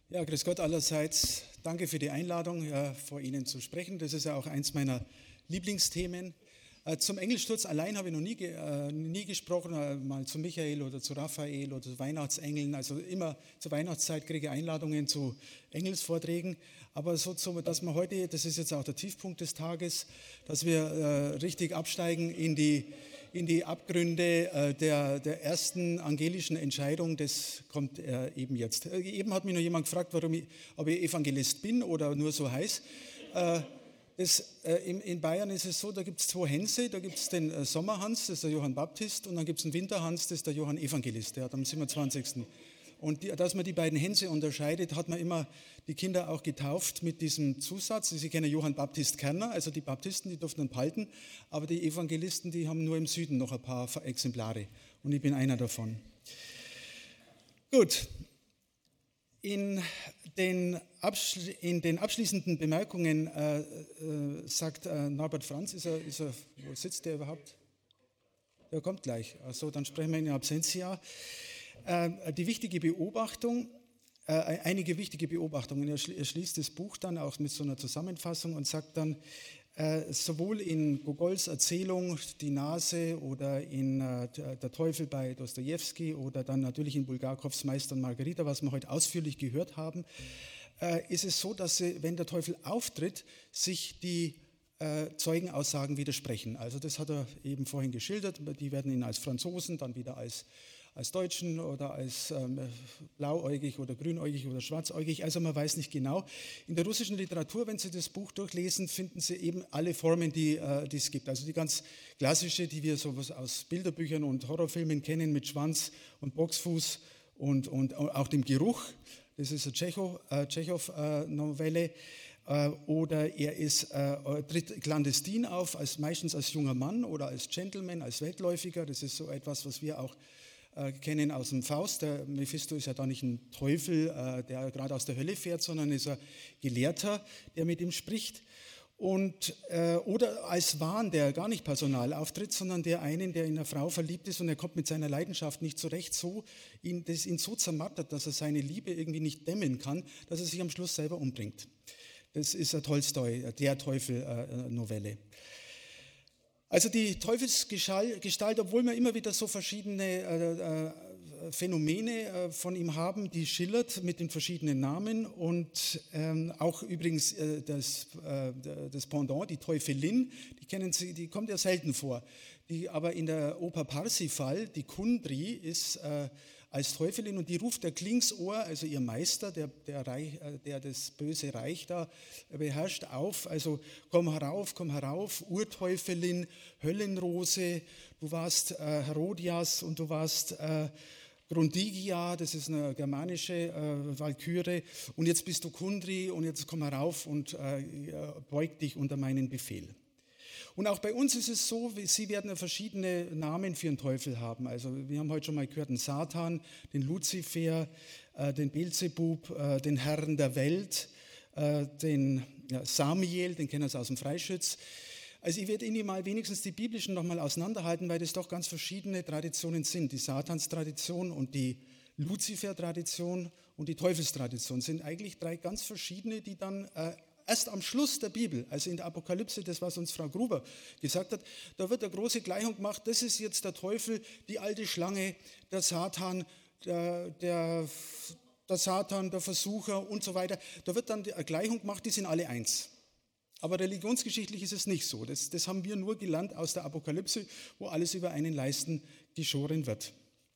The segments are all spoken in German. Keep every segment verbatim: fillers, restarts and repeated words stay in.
Ja, grüß Gott allerseits. Danke für die Einladung, ja, vor Ihnen zu sprechen. Das ist ja auch eins meiner Lieblingsthemen. Äh, zum Engelsturz allein habe ich noch nie, ge, äh, nie gesprochen, äh, mal zu Michael oder zu Raphael oder zu Weihnachtsengeln. Also immer zur Weihnachtszeit kriege ich Einladungen zu Engelsvorträgen. Aber so, so, dass wir heute, das ist jetzt auch der Tiefpunkt des Tages, dass wir äh, richtig absteigen in die in die Abgründe äh, der, der ersten angelischen Entscheidung, das kommt äh, eben jetzt. Äh, eben hat mich noch jemand gefragt, warum ich, ob ich Evangelist bin oder nur so heiß. Äh, das, äh, in, in Bayern ist es so, da gibt es zwei Hänse, da gibt es den äh, Sommerhans, das ist der Johann Baptist, und dann gibt es den Winterhans, das ist der Johann Evangelist, der hat am siebenundzwanzigsten Und die, dass man die beiden Hänse unterscheidet, hat man immer die Kinder auch getauft mit diesem Zusatz. Sie kennen Johann Baptist Kerner, also die Baptisten, die durften dann behalten, aber die Evangelisten, die haben nur im Süden noch ein paar Exemplare. Und ich bin einer davon. Gut, in den, Abschli- in den abschließenden Bemerkungen äh, äh, sagt äh, Norbert Franz, ist er, ist er, wo sitzt der überhaupt? Der kommt gleich. Also dann sprechen wir in Absentia. Die wichtige Beobachtung, äh, einige wichtige Beobachtungen. Er schließt das Buch dann auch mit so einer Zusammenfassung und sagt dann, äh, sowohl in Gogols Erzählung Die Nase oder in äh, Der Teufel bei Dostojewski oder dann natürlich in Bulgakows Meister und Margarita, was wir heute ausführlich gehört haben, äh, ist es so, dass sie, wenn der Teufel auftritt, sich die äh, Zeugenaussagen widersprechen. Also das hat er eben vorhin geschildert. Die werden ihn als Franzosen, dann wieder als als Deutschen oder als ähm, blauäugig oder grünäugig oder schwarzäugig, also man weiß nicht genau. In der russischen Literatur, wenn Sie das Buch durchlesen, finden Sie eben alle Formen, die, äh, die es gibt. Also die ganz klassische, die wir sowas aus Bilderbüchern und Horrorfilmen kennen, mit Schwanz und Boxfuß und, und auch dem Geruch. Das ist eine Tschechow, äh, Tschechow-Novelle. Äh, oder er ist, äh, tritt clandestin auf, als, meistens als junger Mann oder als Gentleman, als Weltläufiger. Das ist so etwas, was wir auch kennen aus dem Faust. Der Mephisto ist ja da nicht ein Teufel, äh, der gerade aus der Hölle fährt, sondern ist ein Gelehrter, der mit ihm spricht. Und, äh, oder als Wahn, der gar nicht personal auftritt, sondern der einen, der in eine Frau verliebt ist und er kommt mit seiner Leidenschaft nicht zurecht, so ihn, das ihn so zermartert, dass er seine Liebe irgendwie nicht dämmen kann, dass er sich am Schluss selber umbringt. Das ist eine Tolstoi, der Teufel-Novelle. Also die Teufelsgestalt, obwohl wir immer wieder so verschiedene äh, äh, Phänomene äh, von ihm haben, die schillert mit den verschiedenen Namen und ähm, auch übrigens äh, das, äh, das Pendant, die Teufelin, die kennen Sie, die kommt ja selten vor. Die aber in der Oper Parsifal, die Kundry, ist äh, als Teufelin und die ruft der Klingsohr, also ihr Meister, der, der, Reich, der das böse Reich da beherrscht, auf. Also komm herauf, komm herauf, Urteufelin, Höllenrose, du warst äh, Herodias und du warst äh, Grundigia, das ist eine germanische äh, Walküre, und jetzt bist du Kundry und jetzt komm herauf und äh, beug dich unter meinen Befehl. Und auch bei uns ist es so, Sie werden ja verschiedene Namen für den Teufel haben. Also wir haben heute schon mal gehört, den Satan, den Luzifer, äh, den Beelzebub, äh, den Herrn der Welt, äh, den ja, Samiel, den kennen Sie aus dem Freischütz. Also ich werde Ihnen mal wenigstens die biblischen nochmal auseinanderhalten, weil das doch ganz verschiedene Traditionen sind. Die Satanstradition und die Luzifer-Tradition und die Teufelstradition sind eigentlich drei ganz verschiedene, die dann äh, erst am Schluss der Bibel, also in der Apokalypse, das was uns Frau Gruber gesagt hat, da wird eine große Gleichung gemacht, das ist jetzt der Teufel, die alte Schlange, der Satan, der, der, der Satan, der Versucher und so weiter. Da wird dann eine Gleichung gemacht, die sind alle eins. Aber religionsgeschichtlich ist es nicht so. Das, das haben wir nur gelernt aus der Apokalypse, wo alles über einen Leisten geschoren wird.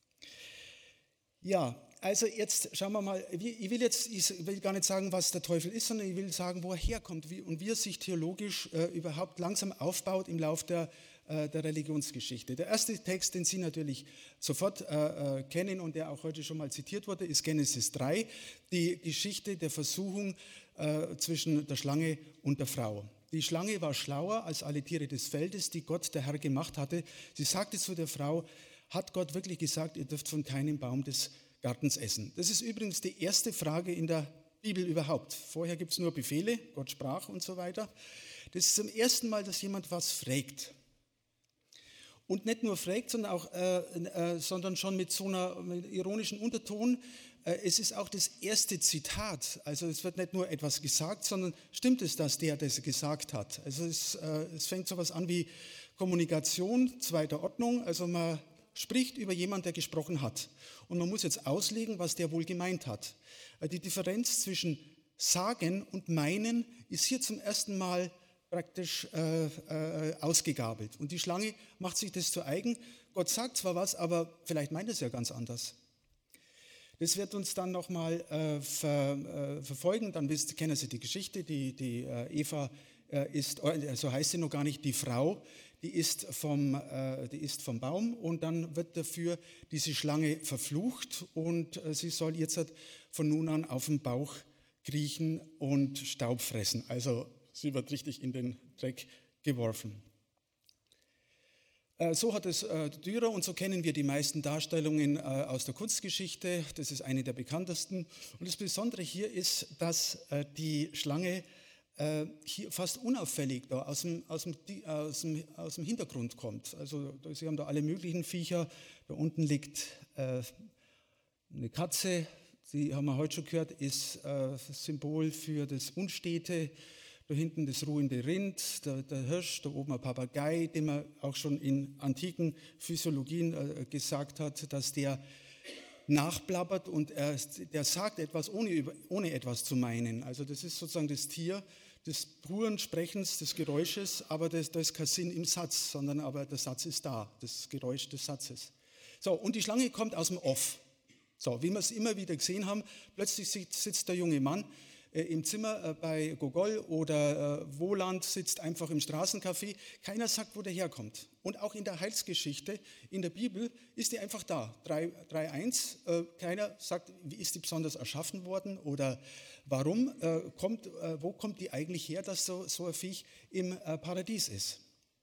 Ja, also jetzt schauen wir mal, ich will jetzt ich will gar nicht sagen, was der Teufel ist, sondern ich will sagen, wo er herkommt wie, und wie er sich theologisch äh, überhaupt langsam aufbaut im Lauf der, äh, der Religionsgeschichte. Der erste Text, den Sie natürlich sofort äh, äh, kennen und der auch heute schon mal zitiert wurde, ist Genesis drei, die Geschichte der Versuchung äh, zwischen der Schlange und der Frau. Die Schlange war schlauer als alle Tiere des Feldes, die Gott, der Herr, gemacht hatte. Sie sagte zu der Frau, hat Gott wirklich gesagt, ihr dürft von keinem Baum des Gartens essen. Das ist übrigens die erste Frage in der Bibel überhaupt. Vorher gibt es nur Befehle, Gott sprach und so weiter. Das ist zum ersten Mal, dass jemand was fragt. Und nicht nur fragt, sondern auch, äh, äh, sondern schon mit so einer mit ironischen Unterton. es ist auch das erste Zitat. Also es wird nicht nur etwas gesagt, sondern stimmt es, dass der das gesagt hat. Also es, es fängt sowas an wie Kommunikation zweiter Ordnung. Also man spricht über jemanden, der gesprochen hat. Und man muss jetzt auslegen, was der wohl gemeint hat. Die Differenz zwischen sagen und meinen ist hier zum ersten Mal praktisch äh, äh, ausgegabelt. Und die Schlange macht sich das zu eigen. Gott sagt zwar was, aber vielleicht meint es ja ganz anders. Das wird uns dann nochmal äh, ver, äh, verfolgen. Dann wisst, kennen Sie die Geschichte. Die, die äh, Eva äh, ist, äh, so heißt sie noch gar nicht, die Frau, die isst, vom, äh, die isst vom Baum und dann wird dafür diese Schlange verflucht und äh, sie soll jetzt halt von nun an auf dem Bauch kriechen und Staub fressen. Also sie wird richtig in den Dreck geworfen. So hat es Dürer und so kennen wir die meisten Darstellungen aus der Kunstgeschichte. Das ist eine der bekanntesten. Und das Besondere hier ist, dass die Schlange hier fast unauffällig da aus dem, aus dem, aus dem, aus dem Hintergrund kommt. Also Sie haben da alle möglichen Viecher. Da unten liegt eine Katze, die haben wir heute schon gehört, ist das Symbol für das Unstete. Da hinten das ruhende Rind, der, der Hirsch, da oben ein Papagei, den man auch schon in antiken Physiologien äh, gesagt hat, dass der nachplappert und er, der sagt etwas, ohne, ohne etwas zu meinen. Also das ist sozusagen das Tier des puren Sprechens, des Geräusches, aber das, da ist kein Sinn im Satz, sondern aber der Satz ist da, das Geräusch des Satzes. So, und die Schlange kommt aus dem Off. So, wie wir es immer wieder gesehen haben, plötzlich sitzt der junge Mann im Zimmer bei Gogol oder Wohland, sitzt einfach im Straßencafé. Keiner sagt, wo der herkommt. Und auch in der Heilsgeschichte, in der Bibel, ist die einfach da. drei eins. Keiner sagt, wie ist die besonders erschaffen worden oder warum kommt, wo kommt die eigentlich her, dass so, so ein Viech im Paradies ist.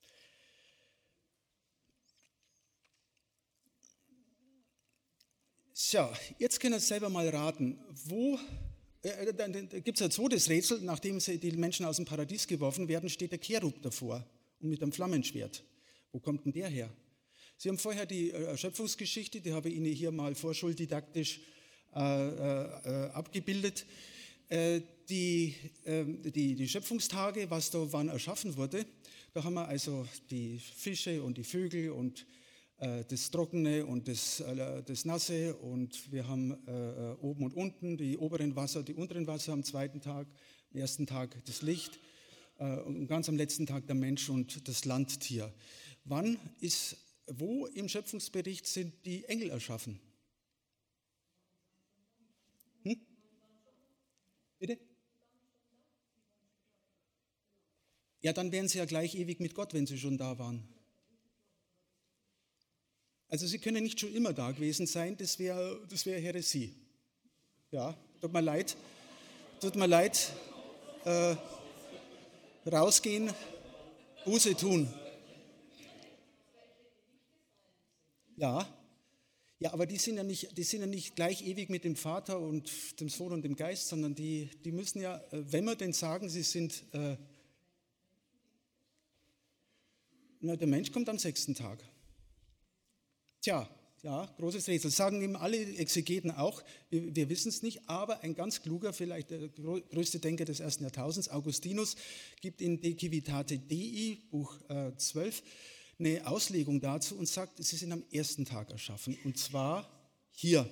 So, jetzt können wir selber mal raten, wo... Dann gibt es ein zweites Rätsel, nachdem sie die Menschen aus dem Paradies geworfen werden, steht der Cherub davor und mit einem Flammenschwert. Wo kommt denn der her? Sie haben vorher die Schöpfungsgeschichte, die habe ich Ihnen hier mal vorschuldidaktisch äh, äh, abgebildet. Äh, die, äh, die, die Schöpfungstage, was da wann erschaffen wurde, da haben wir also die Fische und die Vögel und das Trockene und das, das Nasse und wir haben äh, oben und unten die oberen Wasser, die unteren Wasser am zweiten Tag, am ersten Tag das Licht äh, und ganz am letzten Tag der Mensch und das Landtier. Wann ist, wo im Schöpfungsbericht sind die Engel erschaffen? Hm? Bitte? Ja, dann wären sie ja gleich ewig mit Gott, wenn sie schon da waren. Also sie können nicht schon immer da gewesen sein, das wäre das wär Häresie. Ja, tut mir leid, tut mir leid, äh, rausgehen, Buße tun. Ja, ja, aber die sind ja nicht, die sind ja nicht gleich ewig mit dem Vater und dem Sohn und dem Geist, sondern die, die müssen ja, wenn wir denn sagen, sie sind, äh, na, der Mensch kommt am sechsten Tag. Tja, ja, großes Rätsel. Sagen eben alle Exegeten auch, wir, wir wissen es nicht, aber ein ganz kluger, vielleicht der größte Denker des ersten Jahrtausends, Augustinus, gibt in De Civitate Dei, Buch äh, zwölf, eine Auslegung dazu und sagt, sie sind am ersten Tag erschaffen, und zwar hier.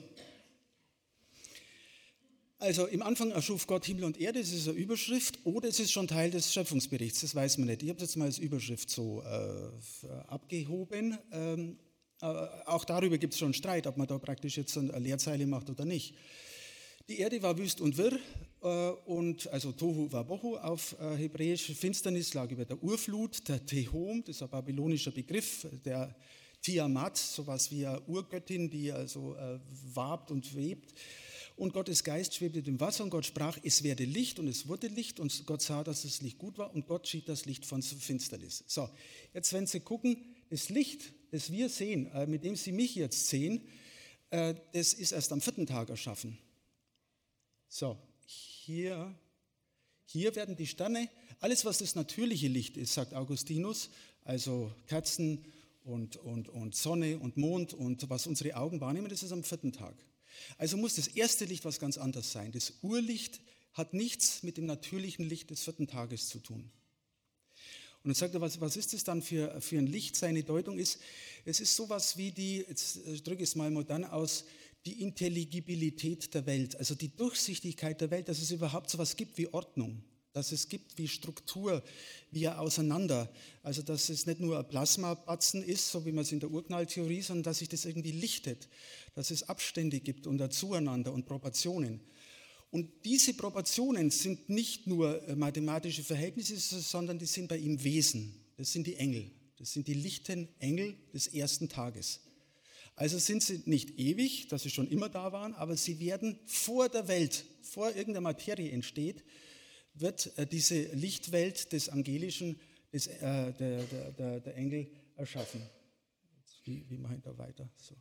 Also im Anfang erschuf Gott Himmel und Erde, das ist eine Überschrift, oder es ist schon Teil des Schöpfungsberichts, das weiß man nicht. Ich habe das jetzt mal als Überschrift so äh, abgehoben. Ähm, Auch darüber gibt es schon Streit, ob man da praktisch jetzt eine Leerzeile macht oder nicht. Die Erde war wüst und wirr, und also Tohu Wabohu auf Hebräisch. Finsternis lag über der Urflut, der Tehom, das ist ein babylonischer Begriff, der Tiamat, sowas wie eine Urgöttin, die also wabt und webt. Und Gottes Geist schwebte im Wasser und Gott sprach, es werde Licht, und es wurde Licht, und Gott sah, dass das Licht gut war, und Gott schied das Licht von Finsternis. So, jetzt wenn Sie gucken, das Licht, das wir sehen, mit dem Sie mich jetzt sehen, das ist erst am vierten Tag erschaffen. So, hier, hier werden die Sterne, alles was das natürliche Licht ist, sagt Augustinus, also Kerzen und, und, und Sonne und Mond und was unsere Augen wahrnehmen, das ist am vierten Tag. Also muss das erste Licht was ganz anderes sein. Das Urlicht hat nichts mit dem natürlichen Licht des vierten Tages zu tun. Und dann sagt er, was, was ist das dann für, für ein Licht? Seine Deutung ist, es ist sowas wie die, jetzt drücke ich es mal modern aus, die Intelligibilität der Welt, also die Durchsichtigkeit der Welt, dass es überhaupt sowas gibt wie Ordnung, dass es gibt wie Struktur, wie ein Auseinander, also dass es nicht nur ein Plasmabatzen ist, so wie man es in der Urknalltheorie, sondern dass sich das irgendwie lichtet, dass es Abstände gibt und ein Zueinander und Proportionen. Und diese Proportionen sind nicht nur mathematische Verhältnisse, sondern die sind bei ihm Wesen. Das sind die Engel. Das sind die lichten Engel des ersten Tages. Also sind sie nicht ewig, dass sie schon immer da waren, aber sie werden vor der Welt, vor irgendeiner Materie entsteht, wird diese Lichtwelt des Angelischen, des, äh, der, der, der, der Engel erschaffen. Wie, wie mache ich da weiter? So.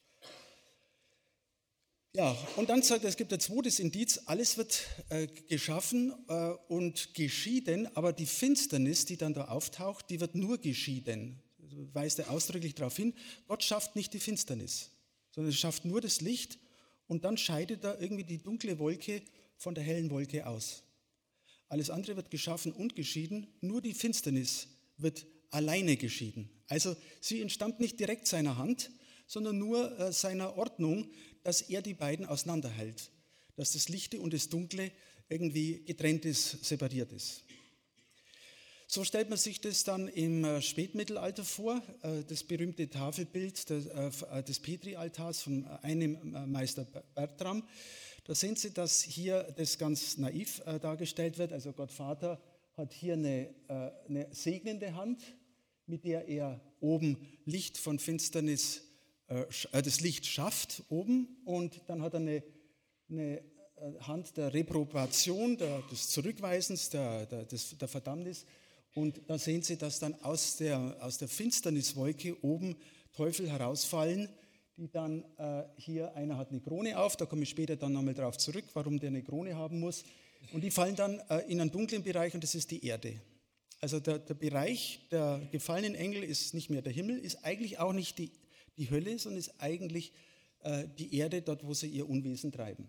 Ja, und dann sagt er, es gibt ein zweites Indiz, alles wird äh, geschaffen äh, und geschieden, aber die Finsternis, die dann da auftaucht, die wird nur geschieden. Also weist er ausdrücklich darauf hin, Gott schafft nicht die Finsternis, sondern er schafft nur das Licht und dann scheidet er irgendwie die dunkle Wolke von der hellen Wolke aus. Alles andere wird geschaffen und geschieden, nur die Finsternis wird alleine geschieden. Also sie entstammt nicht direkt seiner Hand, sondern nur äh, seiner Ordnung, dass er die beiden auseinanderhält, dass das Lichte und das Dunkle irgendwie getrennt ist, separiert ist. So stellt man sich das dann im äh, Spätmittelalter vor, äh, das berühmte Tafelbild des, äh, des Petri-Altars von einem äh, Meister Bertram. Da sehen Sie, dass hier das ganz naiv äh, dargestellt wird. Also Gott Vater hat hier eine, äh, eine segnende Hand, mit der er oben Licht von Finsternis das Licht schafft oben und dann hat er eine, eine Hand der Reprobation, der, des Zurückweisens, der, der, des, der Verdammnis und da sehen Sie, dass dann aus der, aus der Finsterniswolke oben Teufel herausfallen, die dann äh, hier, einer hat eine Krone auf, da komme ich später dann nochmal drauf zurück, warum der eine Krone haben muss und die fallen dann äh, in einen dunklen Bereich und das ist die Erde. Also der, der Bereich der gefallenen Engel ist nicht mehr der Himmel, ist eigentlich auch nicht die Die Hölle, sondern ist eigentlich äh, die Erde, dort, wo sie ihr Unwesen treiben.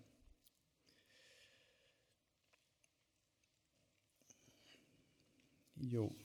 Jo.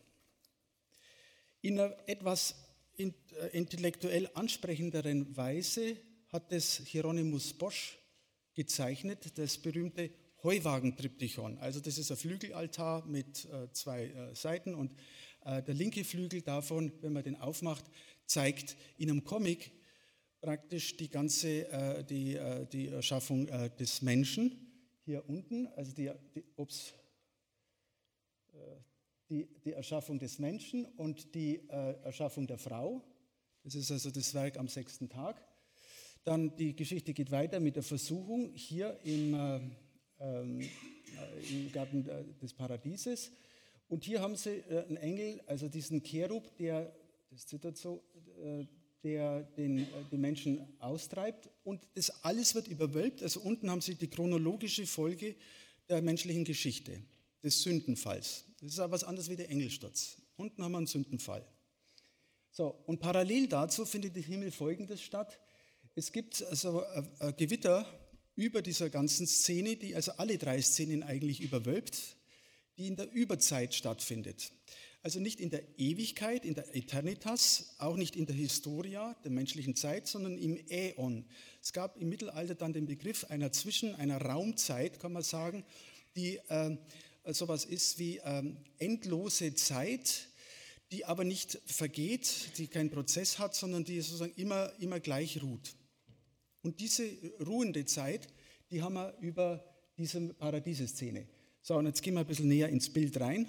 In einer etwas in, äh, intellektuell ansprechenderen Weise hat es Hieronymus Bosch gezeichnet, das berühmte Heuwagentriptychon. Also das ist ein Flügelaltar mit äh, zwei äh, Seiten und äh, der linke Flügel davon, wenn man den aufmacht, zeigt in einem Comic praktisch die ganze äh, die, äh, die Erschaffung äh, des Menschen hier unten, also die, die, ups, äh, die, die Erschaffung des Menschen und die äh, Erschaffung der Frau. Das ist also das Werk am sechsten Tag. Dann die Geschichte geht weiter mit der Versuchung hier im, äh, äh, im Garten des Paradieses. Und hier haben sie äh, einen Engel, also diesen Cherub, der das zittert so, der den, den Menschen austreibt und das alles wird überwölbt. Also unten haben Sie die chronologische Folge der menschlichen Geschichte, des Sündenfalls. Das ist aber was anderes wie der Engelsturz. Unten haben wir einen Sündenfall. So, und parallel dazu findet im Himmel Folgendes statt. Es gibt also ein, ein Gewitter über dieser ganzen Szene, die also alle drei Szenen eigentlich überwölbt, die in der Überzeit stattfindet. Also nicht in der Ewigkeit, in der Eternitas, auch nicht in der Historia der menschlichen Zeit, sondern im Äon. Es gab im Mittelalter dann den Begriff einer Zwischen-, einer Raumzeit, kann man sagen, die äh, sowas ist wie äh, endlose Zeit, die aber nicht vergeht, die keinen Prozess hat, sondern die sozusagen immer, immer gleich ruht. Und diese ruhende Zeit, die haben wir über diese Paradieseszene. So, und jetzt gehen wir ein bisschen näher ins Bild rein.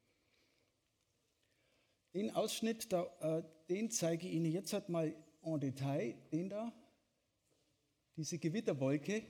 Den Ausschnitt, da, äh, den zeige ich Ihnen jetzt halt mal en Detail, den da, diese Gewitterwolke.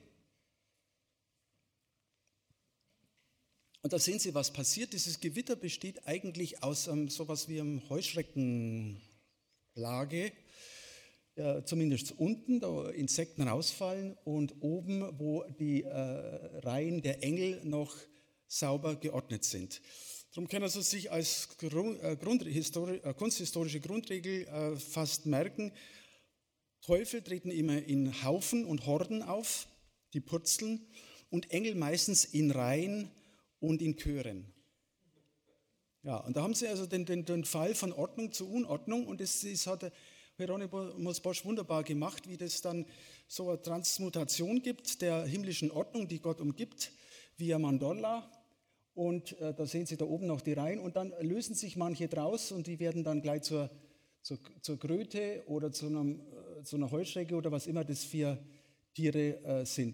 Und da sehen Sie, was passiert. Dieses Gewitter besteht eigentlich aus ähm, sowas wie einem Heuschreckenplage, äh, zumindest unten, da Insekten rausfallen und oben, wo die äh, Reihen der Engel noch sauber geordnet sind. Darum können Sie sich als Grund, äh, Grundhistori- äh, kunsthistorische Grundregel äh, fast merken, Teufel treten immer in Haufen und Horden auf, die purzeln, und Engel meistens in Reihen und in Chören. Ja, und da haben sie also den, den, den Fall von Ordnung zu Unordnung, und das, das hat Hieronymus Bosch wunderbar gemacht, wie das dann so eine Transmutation gibt der himmlischen Ordnung, die Gott umgibt, via Mandorla. Und äh, da sehen Sie da oben noch die Reihen, und dann lösen sich manche draus und die werden dann gleich zur, zur, zur Kröte oder zu, einem, äh, zu einer Heuschrecke oder was immer das für Tiere äh, sind.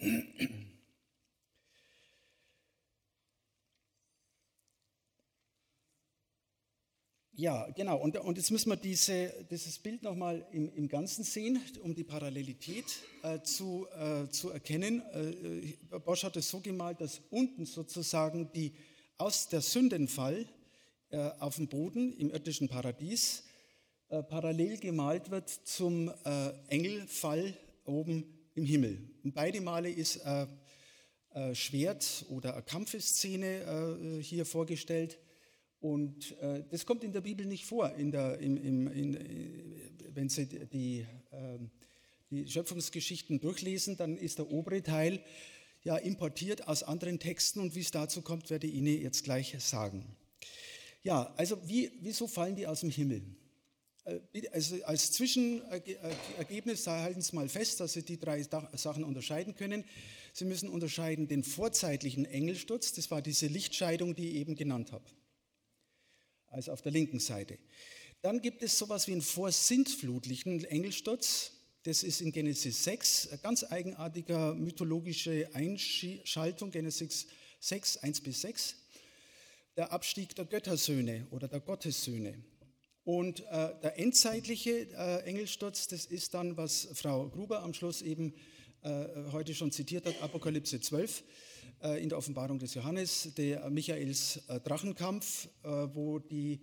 Ja, genau. Und, und jetzt müssen wir diese, dieses Bild nochmal im, im Ganzen sehen, um die Parallelität äh, zu, äh, zu erkennen. Äh, Bosch hat es so gemalt, dass unten sozusagen die, aus der Sündenfall äh, auf dem Boden im irdischen Paradies äh, parallel gemalt wird zum äh, Engelfall oben im Himmel. Und beide Male ist äh, äh, Schwert oder eine Kampfeszene äh, hier vorgestellt. Und äh, das kommt in der Bibel nicht vor. In der, im, im, in, wenn Sie die, äh, die Schöpfungsgeschichten durchlesen, dann ist der obere Teil ja importiert aus anderen Texten, und wie es dazu kommt, werde ich Ihnen jetzt gleich sagen. Ja, also wie, wieso fallen die aus dem Himmel? Äh, also als Zwischenergebnis halten Sie mal fest, dass Sie die drei Sachen unterscheiden können. Sie müssen unterscheiden den vorzeitlichen Engelsturz, das war diese Lichtscheidung, die ich eben genannt habe. Also auf der linken Seite. Dann gibt es sowas wie einen vorsintflutlichen Engelsturz. Das ist in Genesis sechs, eine ganz eigenartige mythologische Einschaltung, Genesis sechs, eins bis sechs. Der Abstieg der Göttersöhne oder der Gottessöhne. Und äh, der endzeitliche äh, Engelsturz, das ist dann, was Frau Gruber am Schluss eben äh, heute schon zitiert hat, Apokalypse zwölf. In der Offenbarung des Johannes, der Michaels Drachenkampf, wo die,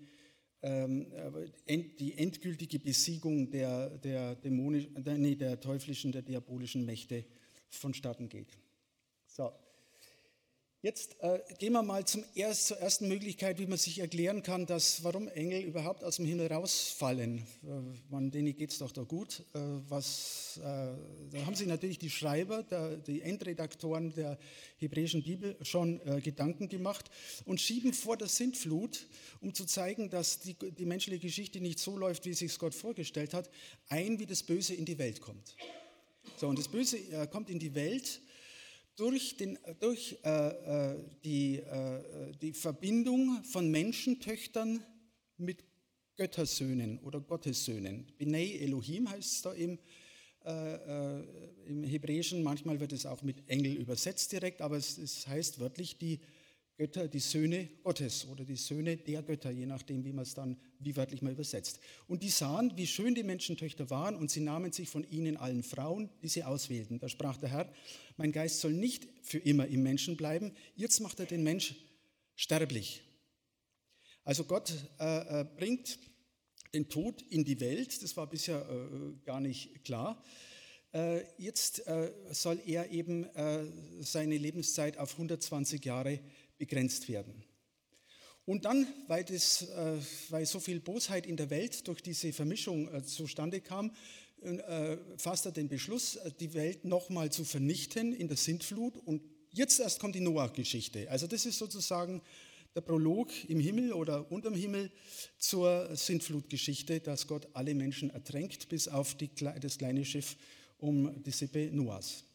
die endgültige Besiegung der, der, dämonisch, nee, der teuflischen, der diabolischen Mächte vonstatten geht. So. Jetzt äh, gehen wir mal zum erst, zur ersten Möglichkeit, wie man sich erklären kann, dass, warum Engel überhaupt aus dem Himmel rausfallen. Äh, man, denen geht es doch da gut. Äh, was, äh, da haben sich natürlich die Schreiber, der, die Endredaktoren der hebräischen Bibel schon äh, Gedanken gemacht und schieben vor der Sintflut, um zu zeigen, dass die, die menschliche Geschichte nicht so läuft, wie sich Gott vorgestellt hat, ein, wie das Böse in die Welt kommt. So, und das Böse äh, kommt in die Welt durch, den, durch äh, die, äh, die Verbindung von Menschentöchtern mit Göttersöhnen oder Gottessöhnen. Bnei Elohim heißt es da im, äh, äh, im Hebräischen, manchmal wird es auch mit Engel übersetzt direkt, aber es, es heißt wörtlich die Götter, die Söhne Gottes oder die Söhne der Götter, je nachdem, wie man es dann wie wörtlich mal übersetzt. Und die sahen, wie schön die Menschentöchter waren, und sie nahmen sich von ihnen allen Frauen, die sie auswählten. Da sprach der Herr: Mein Geist soll nicht für immer im Menschen bleiben, jetzt macht er den Mensch sterblich. Also Gott äh, äh, bringt den Tod in die Welt, das war bisher äh, gar nicht klar. Äh, jetzt äh, soll er eben äh, seine Lebenszeit auf hundertzwanzig Jahre begrenzt werden. Und dann, weil, das, äh, weil so viel Bosheit in der Welt durch diese Vermischung äh, zustande kam, äh, fasst er den Beschluss, die Welt nochmal zu vernichten in der Sintflut. Und jetzt erst kommt die Noach-Geschichte. Also das ist sozusagen der Prolog im Himmel oder unterm Himmel zur Sintflutgeschichte, dass Gott alle Menschen ertränkt, bis auf die, das kleine Schiff um die Sippe Noahs.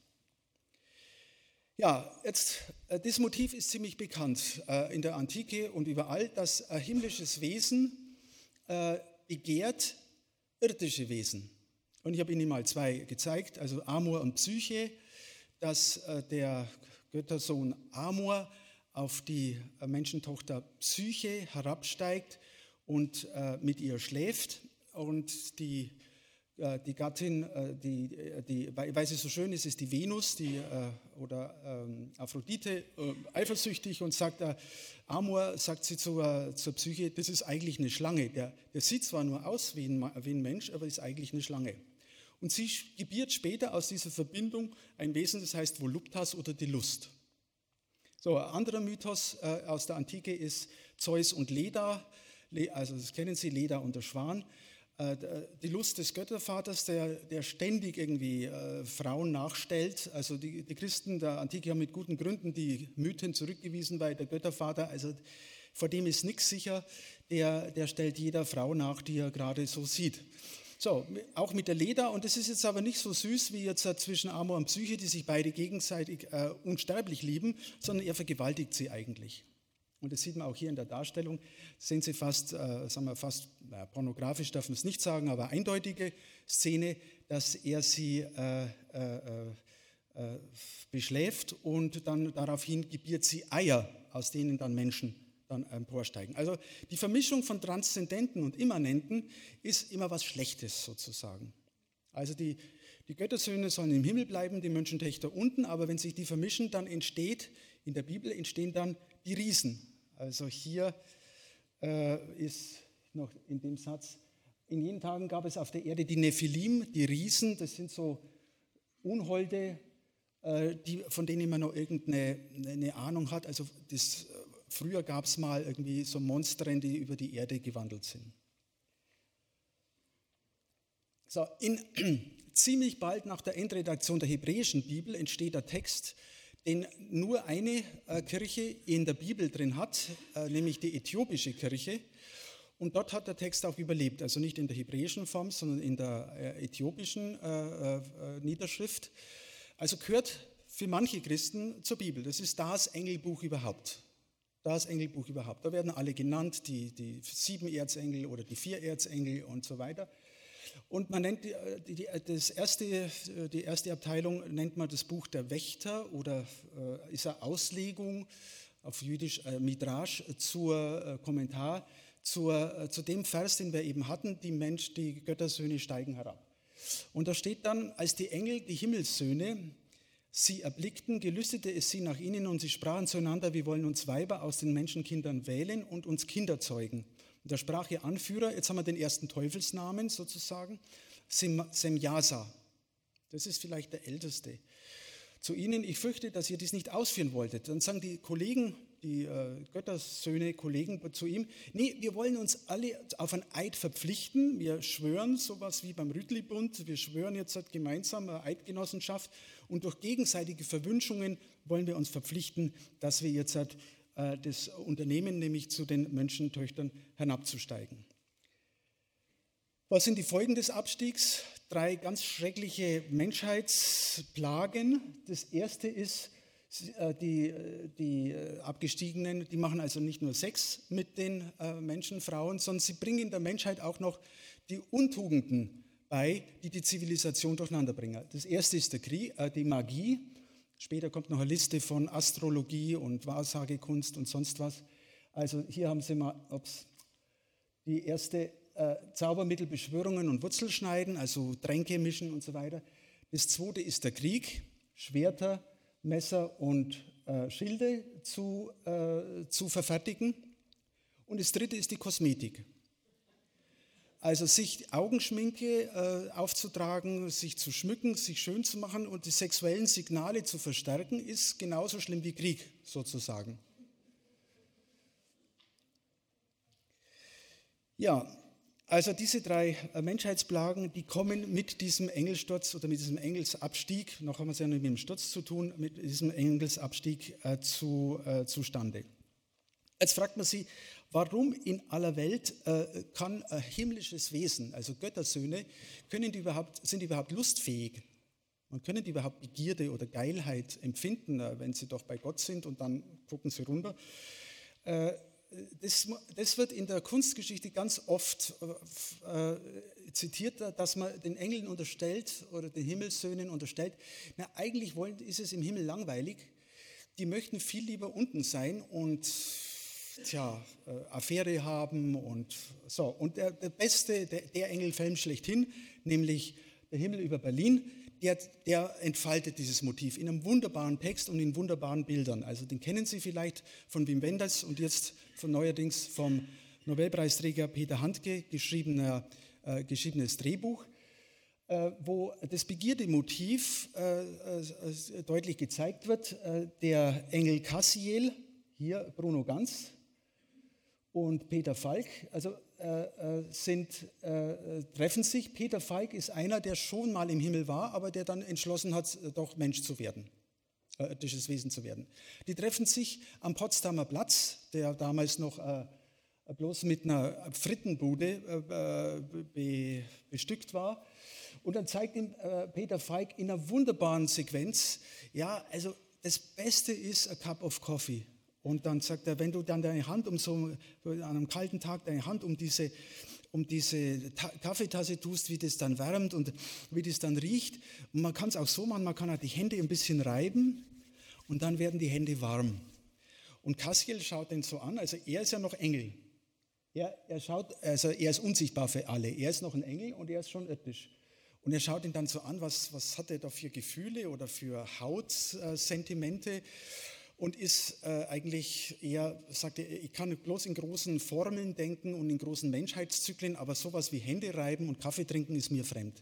Ja, jetzt, äh, das Motiv ist ziemlich bekannt äh, in der Antike und überall, dass ein himmlisches Wesen äh, begehrt irdische Wesen. Und ich habe Ihnen mal zwei gezeigt, also Amor und Psyche, dass äh, der Göttersohn Amor auf die äh, Menschentochter Psyche herabsteigt und äh, mit ihr schläft, und die Die Gattin, die, die, weil sie so schön ist, ist die Venus, die, oder ähm, Aphrodite, äh, eifersüchtig, und sagt, äh, Amor, sagt sie zur, zur Psyche, das ist eigentlich eine Schlange. Der, der sieht zwar nur aus wie ein, wie ein Mensch, aber ist eigentlich eine Schlange. Und sie gebiert später aus dieser Verbindung ein Wesen, das heißt Voluptas oder die Lust. So, ein anderer Mythos äh, aus der Antike ist Zeus und Leda, also das kennen Sie, Leda und der Schwan. die Lust des Göttervaters, der, der ständig irgendwie äh, Frauen nachstellt. Also die, die Christen der Antike haben mit guten Gründen die Mythen zurückgewiesen, weil der Göttervater, also vor dem ist nichts sicher, der, der stellt jeder Frau nach, die er gerade so sieht. So, auch mit der Leda, und das ist jetzt aber nicht so süß wie jetzt zwischen Amor und Psyche, die sich beide gegenseitig äh, unsterblich lieben, sondern er vergewaltigt sie eigentlich. Und das sieht man auch hier in der Darstellung, sehen Sie fast, äh, sagen wir fast, äh, pornografisch darf man es nicht sagen, aber eindeutige Szene, dass er sie äh, äh, äh, beschläft und dann daraufhin gebiert sie Eier, aus denen dann Menschen dann emporsteigen. Also die Vermischung von Transzendenten und Immanenten ist immer was Schlechtes sozusagen. Also die, die Göttersöhne sollen im Himmel bleiben, die Menschentöchter unten, aber wenn sich die vermischen, dann entsteht, in der Bibel entstehen dann die Riesen. Also hier äh, ist noch in dem Satz, in jenen Tagen gab es auf der Erde die Nephilim, die Riesen, das sind so Unholde, äh, die, von denen man noch irgendeine eine Ahnung hat. Also das, früher gab es mal irgendwie so Monstern, die über die Erde gewandelt sind. So, in, ziemlich bald nach der Endredaktion der hebräischen Bibel entsteht der Text, den nur eine äh, Kirche in der Bibel drin hat, äh, nämlich die äthiopische Kirche. Und dort hat der Text auch überlebt, also nicht in der hebräischen Form, sondern in der äh, äthiopischen äh, äh, Niederschrift. Also gehört für manche Christen zur Bibel. Das ist das Engelbuch überhaupt. Das Engelbuch überhaupt. Da werden alle genannt, die, die sieben Erzengel oder die vier Erzengel und so weiter. Und man nennt die, die, das erste, die erste Abteilung nennt man das Buch der Wächter oder äh, ist eine Auslegung auf Jüdisch äh, Midrash zur äh, Kommentar zur, äh, zu dem Vers, den wir eben hatten, die Mensch, die Göttersöhne steigen herab. Und da steht dann, als die Engel, die Himmelssöhne, sie erblickten, gelüstete es sie nach ihnen und sie sprachen zueinander, wir wollen uns Weiber aus den Menschenkindern wählen und uns Kinder zeugen. Und da sprach ihr Anführer, jetzt haben wir den ersten Teufelsnamen sozusagen, Sem, Semjasa. Das ist vielleicht der älteste. Zu ihnen, ich fürchte, dass ihr dies nicht ausführen wolltet. Dann sagen die Kollegen, die äh, Göttersöhne, Kollegen zu ihm, nee, wir wollen uns alle auf einen Eid verpflichten. Wir schwören, sowas wie beim Rütli-Bund, wir schwören jetzt halt gemeinsam eine Eidgenossenschaft und durch gegenseitige Verwünschungen wollen wir uns verpflichten, dass wir jetzt halt äh, das Unternehmen, nämlich zu den Menschentöchtern hinabzusteigen. Was sind die Folgen des Abstiegs? Drei ganz schreckliche Menschheitsplagen. Das erste ist, die, die Abgestiegenen, die machen also nicht nur Sex mit den Menschen, Frauen, sondern sie bringen der Menschheit auch noch die Untugenden bei, die die Zivilisation durcheinander bringen. Das erste ist der Krieg, äh, die Magie. Später kommt noch eine Liste von Astrologie und Wahrsagekunst und sonst was. Also hier haben Sie mal ups, die erste äh, Zaubermittel, Beschwörungen und Wurzelschneiden, also Tränke mischen und so weiter. Das zweite ist der Krieg, Schwerter, Messer und äh, Schilde zu, äh, zu verfertigen. Und das dritte ist die Kosmetik. Also sich Augenschminke äh, aufzutragen, sich zu schmücken, sich schön zu machen und die sexuellen Signale zu verstärken, ist genauso schlimm wie Krieg sozusagen. Ja, also diese drei äh, Menschheitsplagen, die kommen mit diesem Engelsturz oder mit diesem Engelsabstieg, noch haben wir es ja nicht mit dem Sturz zu tun, mit diesem Engelsabstieg äh, zu, äh, zustande. Jetzt fragt man sich, warum in aller Welt äh, kann ein himmlisches Wesen, also Göttersöhne, können die überhaupt, sind die überhaupt lustfähig? Man können die überhaupt Begierde oder Geilheit empfinden, äh, wenn sie doch bei Gott sind und dann gucken sie runter. Äh, das, das wird in der Kunstgeschichte ganz oft äh, zitiert, dass man den Engeln unterstellt oder den Himmelssöhnen unterstellt, na, eigentlich wollen, ist es im Himmel langweilig, die möchten viel lieber unten sein und Tja, äh, Affäre haben und so. Und der, der beste, der, der Engelfilm schlechthin, nämlich Der Himmel über Berlin, der, der entfaltet dieses Motiv in einem wunderbaren Text und in wunderbaren Bildern. Also den kennen Sie vielleicht von Wim Wenders und jetzt von neuerdings vom Nobelpreisträger Peter Handke geschriebener, äh, geschriebenes Drehbuch, äh, wo das Begierdemotiv äh, äh, deutlich gezeigt wird. Äh, der Engel Cassiel, hier Bruno Ganz, und Peter Falk, also äh, sind, äh, treffen sich. Peter Falk ist einer, der schon mal im Himmel war, aber der dann entschlossen hat, doch Mensch zu werden, äh, irdisches Wesen zu werden. Die treffen sich am Potsdamer Platz, der damals noch äh, bloß mit einer Frittenbude äh, be, bestückt war. Und dann zeigt ihm äh, Peter Falk in einer wunderbaren Sequenz, ja, also das Beste ist a cup of coffee. Und dann sagt er, wenn du dann deine Hand um so, an einem kalten Tag deine Hand um diese, um diese Ta- Kaffeetasse tust, wie das dann wärmt und wie das dann riecht. Und man kann es auch so machen, man kann auch die Hände ein bisschen reiben und dann werden die Hände warm. Und Cassiel schaut den so an, also er ist ja noch Engel. Er, er, schaut, also er ist unsichtbar für alle. Er ist noch ein Engel und er ist schon irdisch. Und er schaut ihn dann so an, was, was hat er da für Gefühle oder für Hautsentimente und ist äh, eigentlich eher, sagt er, ich kann bloß in großen Formeln denken und in großen Menschheitszyklen, aber sowas wie Hände reiben und Kaffee trinken ist mir fremd.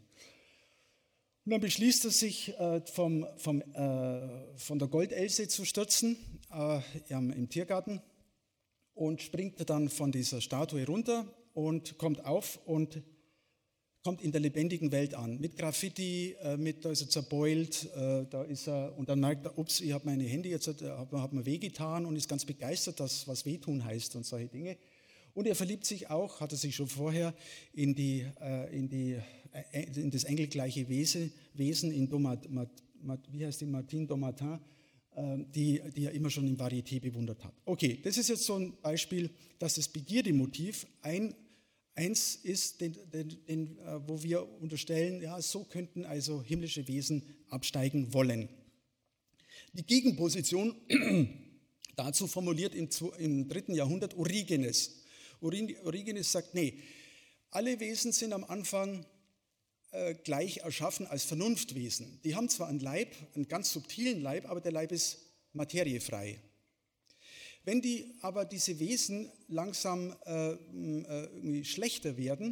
Und dann beschließt er sich, äh, vom, vom, äh, von der Goldelse zu stürzen äh, im, im Tiergarten. Und springt dann von dieser Statue runter und kommt auf und kommt in der lebendigen Welt an. Mit Graffiti, äh, mit, da ist er zerbeult, äh, da ist er, und dann merkt er, ups, ich habe meine Hände jetzt, äh, habe hab mir wehgetan und ist ganz begeistert, dass was wehtun heißt und solche Dinge. Und er verliebt sich auch, hat er sich schon vorher, in, die, äh, in, die, äh, in das engelgleiche Wesen, Wesen in Domat, Mat, Mat, wie heißt die, Martine Domatin, Die, die er immer schon im Varieté bewundert hat. Okay, das ist jetzt so ein Beispiel, dass das Begierdemotiv ein, eins ist, den, den, den, wo wir unterstellen, ja, so könnten also himmlische Wesen absteigen wollen. Die Gegenposition dazu formuliert im, im dritten Jahrhundert Origenes. Origenes sagt, nee, alle Wesen sind am Anfang gleich erschaffen als Vernunftwesen. Die haben zwar einen Leib, einen ganz subtilen Leib, aber der Leib ist materiefrei. Wenn die aber diese Wesen langsam äh, irgendwie schlechter werden,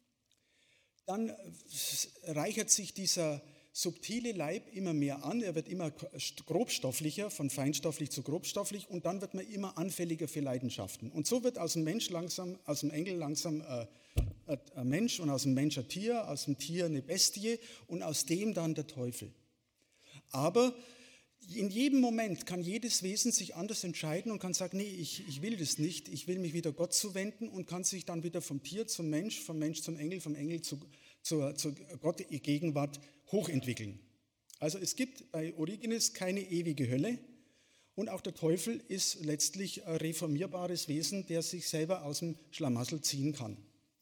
dann reichert sich dieser subtile Leib immer mehr an, er wird immer grobstofflicher, von feinstofflich zu grobstofflich, und dann wird man immer anfälliger für Leidenschaften. Und so wird aus dem Mensch langsam, aus dem Engel langsam äh, ein Mensch und aus dem Mensch ein Tier, aus dem Tier eine Bestie und aus dem dann der Teufel. Aber in jedem Moment kann jedes Wesen sich anders entscheiden und kann sagen, nee, ich, ich will das nicht, ich will mich wieder Gott zuwenden, und kann sich dann wieder vom Tier zum Mensch, vom Mensch zum Engel, vom Engel zu, zur, zur Gott Gegenwart hochentwickeln. Also es gibt bei Origenes keine ewige Hölle, und auch der Teufel ist letztlich ein reformierbares Wesen, der sich selber aus dem Schlamassel ziehen kann.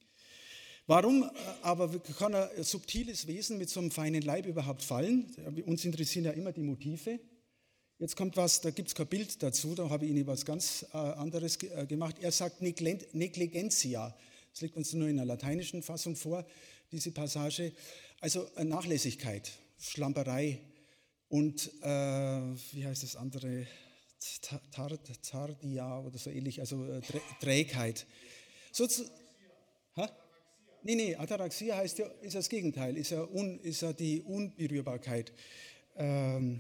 Warum aber kann ein subtiles Wesen mit so einem feinen Leib überhaupt fallen? Uns interessieren ja immer die Motive. Jetzt kommt was, da gibt es kein Bild dazu, da habe ich Ihnen was ganz äh, anderes ge- äh, gemacht. Er sagt Negligentia, das liegt uns nur in der lateinischen Fassung vor, diese Passage. Also äh, Nachlässigkeit, Schlamperei und, äh, wie heißt das andere, Tard, Tardia oder so ähnlich, also äh, Trägheit. So zu, ha? Nee, nee, Ataraxia heißt ja, ist das Gegenteil, ist ja, un, ist ja die Unberührbarkeit. Ähm,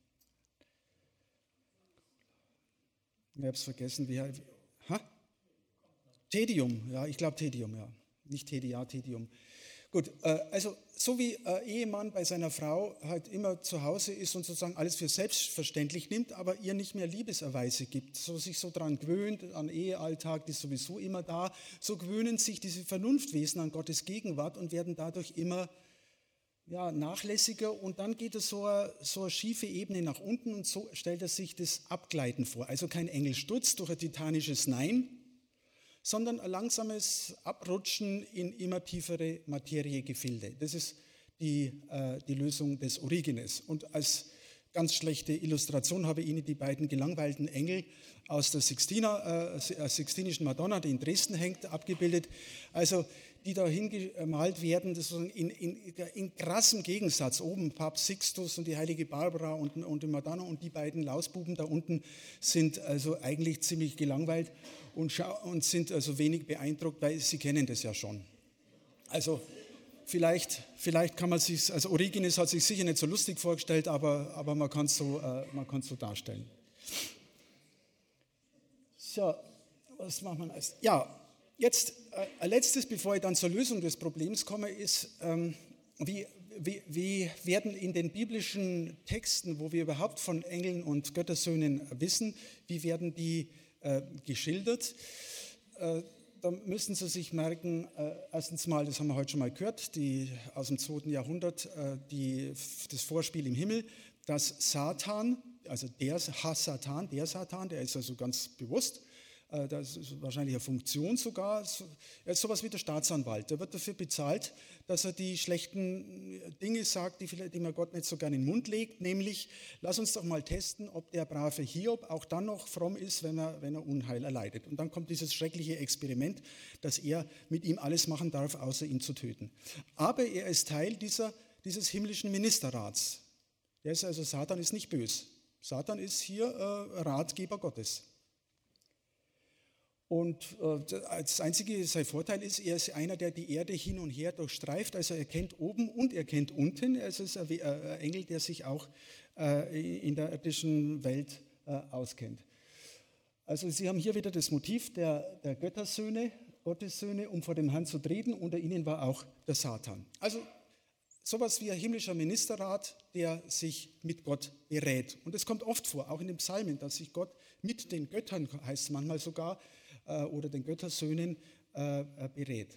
ich habe es vergessen, wie heißt ha? Tedium, ja, ich glaube Tedium, ja. Nicht Tedia, Tedium. Gut, äh, also so wie äh, Ehemann bei seiner Frau halt immer zu Hause ist und sozusagen alles für selbstverständlich nimmt, aber ihr nicht mehr Liebeserweise gibt, so sich so daran gewöhnt, an Ehealltag, die ist sowieso immer da, so gewöhnen sich diese Vernunftwesen an Gottes Gegenwart und werden dadurch immer ja, nachlässiger, und dann geht es so eine, so eine schiefe Ebene nach unten, und so stellt er sich das Abgleiten vor. Also kein Engelsturz durch ein titanisches Nein, sondern ein langsames Abrutschen in immer tiefere Materiegefilde. Das ist die, äh, die Lösung des Origenes. Und als ganz schlechte Illustration habe ich Ihnen die beiden gelangweilten Engel aus der Sixtina, äh, Sixtinischen Madonna, die in Dresden hängt, abgebildet. Also die da hingemalt werden, das ist in, in, in krassem Gegensatz. Oben Papst Sixtus und die heilige Barbara und, und die Madonna, und die beiden Lausbuben da unten sind also eigentlich ziemlich gelangweilt und, schau, und sind also wenig beeindruckt, weil sie kennen das ja schon. Also vielleicht, vielleicht kann man sich, also Origenes hat sich sicher nicht so lustig vorgestellt, aber, aber man kann es so, äh, man kann es so darstellen. So, was macht man als? Ja, jetzt ein letztes, bevor ich dann zur Lösung des Problems komme, ist, ähm, wie, wie, wie werden in den biblischen Texten, wo wir überhaupt von Engeln und Göttersöhnen wissen, wie werden die äh, geschildert? Äh, da müssen Sie sich merken, äh, erstens mal, das haben wir heute schon mal gehört, die, aus dem zweiten Jahrhundert, äh, die, das Vorspiel im Himmel, dass Satan, also der Hass-Satan, der Satan, der ist also ganz bewusst, das ist wahrscheinlich eine Funktion sogar. Er ist sowas wie der Staatsanwalt. Der wird dafür bezahlt, dass er die schlechten Dinge sagt, die, die man Gott nicht so gerne in den Mund legt. Nämlich, lass uns doch mal testen, ob der brave Hiob auch dann noch fromm ist, wenn er, wenn er Unheil erleidet. Und dann kommt dieses schreckliche Experiment, dass er mit ihm alles machen darf, außer ihn zu töten. Aber er ist Teil dieser, dieses himmlischen Ministerrats. Der ist also, Satan ist nicht böse. Satan ist hier äh, Ratgeber Gottes. Und äh, das einzige, sein Vorteil ist, er ist einer, der die Erde hin und her durchstreift, also er kennt oben und er kennt unten. Also es ist ein, ein Engel, der sich auch äh, in der irdischen Welt äh, auskennt. Also Sie haben hier wieder das Motiv der, der Göttersöhne, Gottessöhne, um vor dem Herrn zu treten. Unter ihnen war auch der Satan. Also sowas wie ein himmlischer Ministerrat, der sich mit Gott berät. Und es kommt oft vor, auch in den Psalmen, dass sich Gott mit den Göttern, heißt es manchmal sogar, oder den Göttersöhnen äh, berät.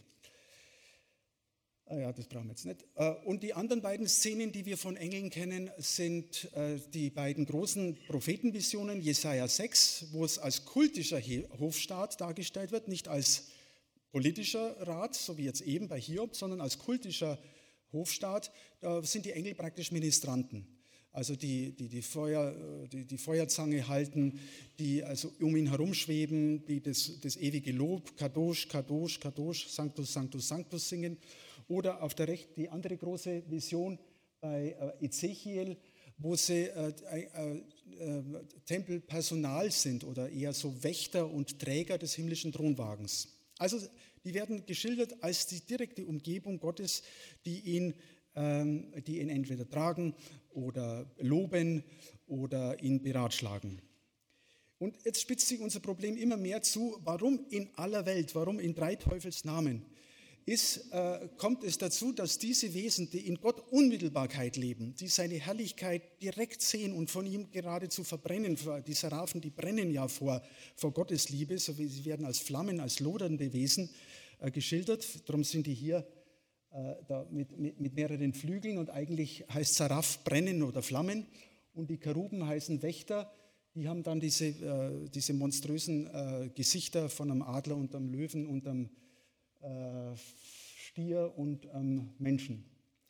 Ah ja, das brauchen wir jetzt nicht. Äh, und die anderen beiden Szenen, die wir von Engeln kennen, sind äh, die beiden großen Prophetenvisionen, Jesaja sechs, wo es als kultischer Hofstaat dargestellt wird, nicht als politischer Rat, so wie jetzt eben bei Hiob, sondern als kultischer Hofstaat. Da sind die Engel praktisch Ministranten. Also die, die, die, Feuer, die, die Feuerzange halten, die also um ihn herumschweben, die das, das ewige Lob, Kadosh, Kadosh, Kadosh, Sanctus, Sanctus, Sanctus singen. Oder auf der rechten die andere große Vision bei äh, Ezechiel, wo sie äh, äh, äh, Tempelpersonal sind oder eher so Wächter und Träger des himmlischen Thronwagens. Also die werden geschildert als die direkte Umgebung Gottes, die ihn die ihn entweder tragen oder loben oder ihn beratschlagen. Und jetzt spitzt sich unser Problem immer mehr zu, warum in aller Welt, warum in drei Teufels Namen, ist, äh, kommt es dazu, dass diese Wesen, die in Gott Unmittelbarkeit leben, die seine Herrlichkeit direkt sehen und von ihm geradezu verbrennen, die Seraphen, die brennen ja vor, vor Gottes Liebe, so wie sie werden als Flammen, als lodernde Wesen äh, geschildert, darum sind die hier Da mit, mit, mit mehreren Flügeln und eigentlich heißt Saraf brennen oder Flammen und die Cheruben heißen Wächter, die haben dann diese, äh, diese monströsen äh, Gesichter von einem Adler und einem Löwen und einem äh, Stier und einem Menschen.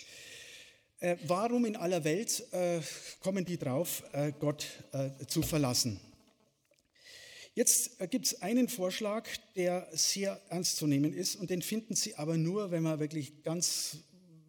Äh, warum in aller Welt äh, kommen die drauf, äh, Gott äh, zu verlassen? Jetzt gibt es einen Vorschlag, der sehr ernst zu nehmen ist und den finden Sie aber nur, wenn man wirklich ganz,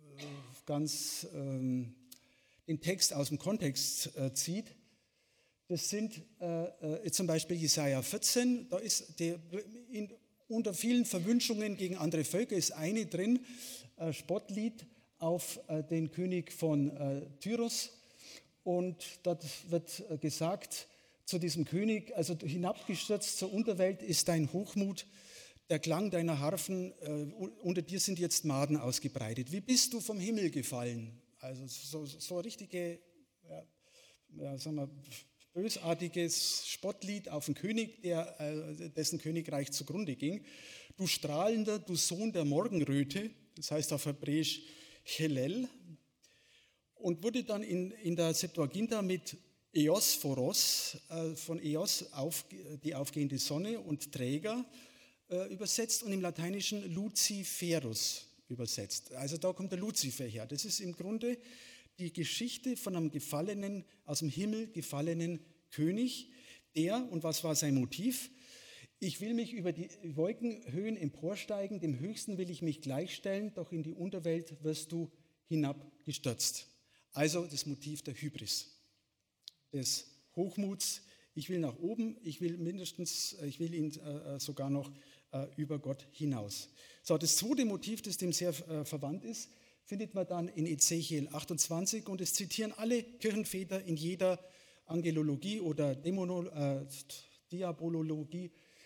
ganz ähm, den Text aus dem Kontext äh, zieht. Das sind äh, äh, zum Beispiel Jesaja vierzehn, da ist der, in, unter vielen Verwünschungen gegen andere Völker ist eine drin, äh, Spottlied auf äh, den König von äh, Tyrus und dort wird äh, gesagt, zu diesem König, also hinabgestürzt zur Unterwelt ist dein Hochmut, der Klang deiner Harfen, äh, unter dir sind jetzt Maden ausgebreitet. Wie bist du vom Himmel gefallen? Also so, so richtige, ja, ja, sagen wir, bösartiges Spottlied auf den König, der, äh, dessen Königreich zugrunde ging. Du strahlender, du Sohn der Morgenröte, das heißt auf Hebräisch Chelel, und wurde dann in, in der Septuaginta mit Eosphoros, äh, von Eos, auf, die aufgehende Sonne und Träger, äh, übersetzt und im Lateinischen Luciferus übersetzt. Also da kommt der Luzifer her. Das ist im Grunde die Geschichte von einem gefallenen, aus dem Himmel gefallenen König, der, und was war sein Motiv? Ich will mich über die Wolkenhöhen emporsteigen, dem Höchsten will ich mich gleichstellen, doch in die Unterwelt wirst du hinabgestürzt. Also das Motiv der Hybris, des Hochmuts. Ich will nach oben, ich will mindestens, ich will ihn äh, sogar noch äh, über Gott hinaus. So, das zweite Motiv, das dem sehr äh, verwandt ist, findet man dann in Ezechiel achtundzwanzig und es zitieren alle Kirchenväter in jeder Angelologie oder Dämono, äh, Diabolologie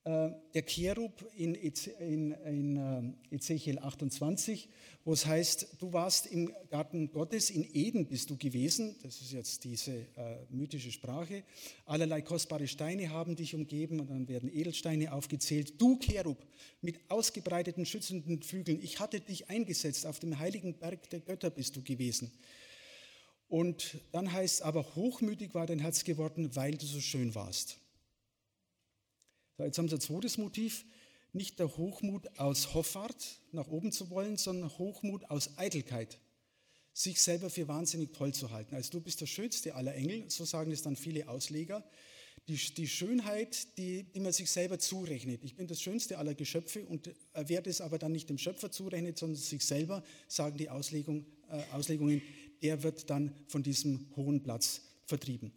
der Cherub in, in, in Ezechiel achtundzwanzig, wo es heißt, du warst im Garten Gottes, in Eden bist du gewesen, das ist jetzt diese äh, mythische Sprache, allerlei kostbare Steine haben dich umgeben und dann werden Edelsteine aufgezählt. Du Cherub mit ausgebreiteten, schützenden Flügeln, ich hatte dich eingesetzt, auf dem heiligen Berg der Götter bist du gewesen. Und dann heißt es, aber hochmütig war dein Herz geworden, weil du so schön warst. So, jetzt haben Sie ein zweites Motiv, nicht der Hochmut aus Hoffart nach oben zu wollen, sondern Hochmut aus Eitelkeit, sich selber für wahnsinnig toll zu halten. Also du bist der schönste aller Engel, so sagen es dann viele Ausleger. Die, die Schönheit, die, die man sich selber zurechnet. Ich bin das schönste aller Geschöpfe und wer das aber dann nicht dem Schöpfer zurechnet, sondern sich selber, sagen die Auslegung, äh, Auslegungen, der wird dann von diesem hohen Platz vertrieben.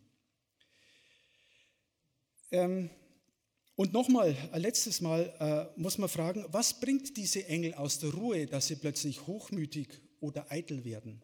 Ähm, Und nochmal, ein letztes Mal äh, muss man fragen, was bringt diese Engel aus der Ruhe, dass sie plötzlich hochmütig oder eitel werden?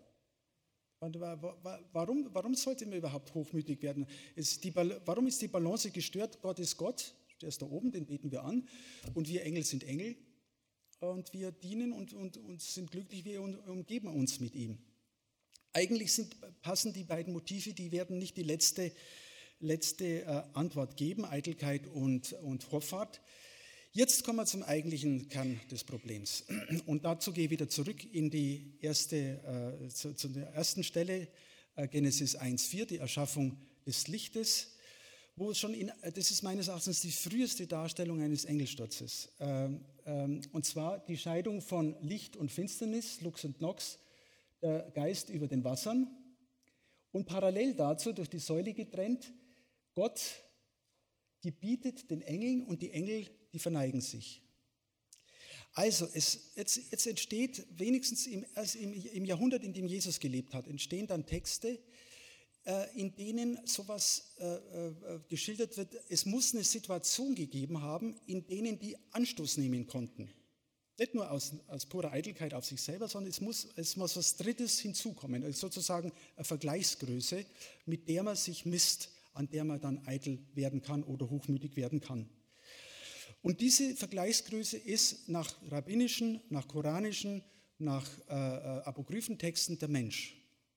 Warum, warum sollte man überhaupt hochmütig werden? Ist die, warum ist die Balance gestört? Gott ist Gott, der ist da oben, den beten wir an. Und wir Engel sind Engel. Und wir dienen und, und, und sind glücklich, wir umgeben uns mit ihm. Eigentlich sind, passen die beiden Motive, die werden nicht die letzte letzte äh, Antwort geben, Eitelkeit und, und Hoffart. Jetzt kommen wir zum eigentlichen Kern des Problems. Und dazu gehe ich wieder zurück in die erste, äh, zu, zu der ersten Stelle, äh, Genesis eins vier, die Erschaffung des Lichtes, wo schon, in, das ist meines Erachtens die früheste Darstellung eines Engelsturzes. Ähm, ähm, und zwar die Scheidung von Licht und Finsternis, Lux und Nox, der Geist über den Wassern. Und parallel dazu, durch die Säule getrennt, Gott gebietet den Engeln und die Engel, die verneigen sich. Also es, jetzt, jetzt entsteht wenigstens im, also im, im Jahrhundert, in dem Jesus gelebt hat, entstehen dann Texte, äh, in denen sowas äh, äh, geschildert wird. Es muss eine Situation gegeben haben, in denen die Anstoß nehmen konnten. Nicht nur aus, aus purer Eitelkeit auf sich selber, sondern es muss, es muss was Drittes hinzukommen, also sozusagen eine Vergleichsgröße, mit der man sich misst, an der man dann eitel werden kann oder hochmütig werden kann. Und diese Vergleichsgröße ist nach rabbinischen, nach koranischen, nach äh, Apokryphentexten der Mensch.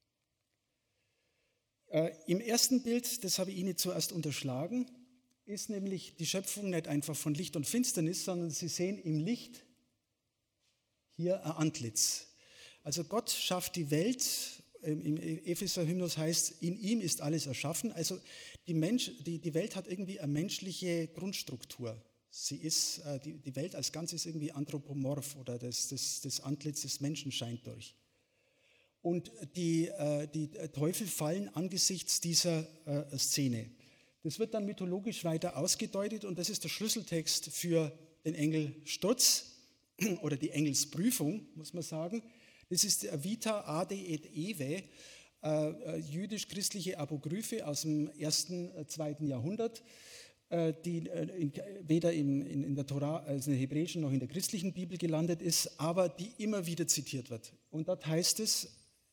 Äh, Im ersten Bild, das habe ich Ihnen zuerst unterschlagen, ist nämlich die Schöpfung nicht einfach von Licht und Finsternis, sondern Sie sehen im Licht hier ein Antlitz. Also Gott schafft die Welt. Im Epheser-Hymnus heißt, in ihm ist alles erschaffen. Also die, Mensch, die, die Welt hat irgendwie eine menschliche Grundstruktur. Sie ist, die, die Welt als Ganzes ist irgendwie anthropomorph oder das, das, das Antlitz des Menschen scheint durch. Und die, die Teufel fallen angesichts dieser Szene. Das wird dann mythologisch weiter ausgedeutet und das ist der Schlüsseltext für den Engelsturz oder die Engelsprüfung, muss man sagen. Das ist die Vita Ade et Eve, äh, jüdisch-christliche Apokryphe aus dem ersten, zweiten Jahrhundert, äh, die äh, in, weder in, in, in der Tora, also in der hebräischen noch in der christlichen Bibel gelandet ist, aber die immer wieder zitiert wird. Und dort heißt es,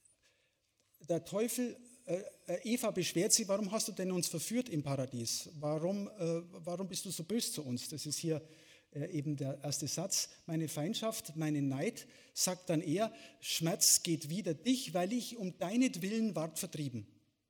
der Teufel, äh, Eva beschwert sie, warum hast du denn uns verführt im Paradies? Warum, äh, warum bist du so böse zu uns? Das ist hier eben der erste Satz, meine Feindschaft, meine Neid, sagt dann er, Schmerz geht wider dich, weil ich um deinetwillen ward vertrieben.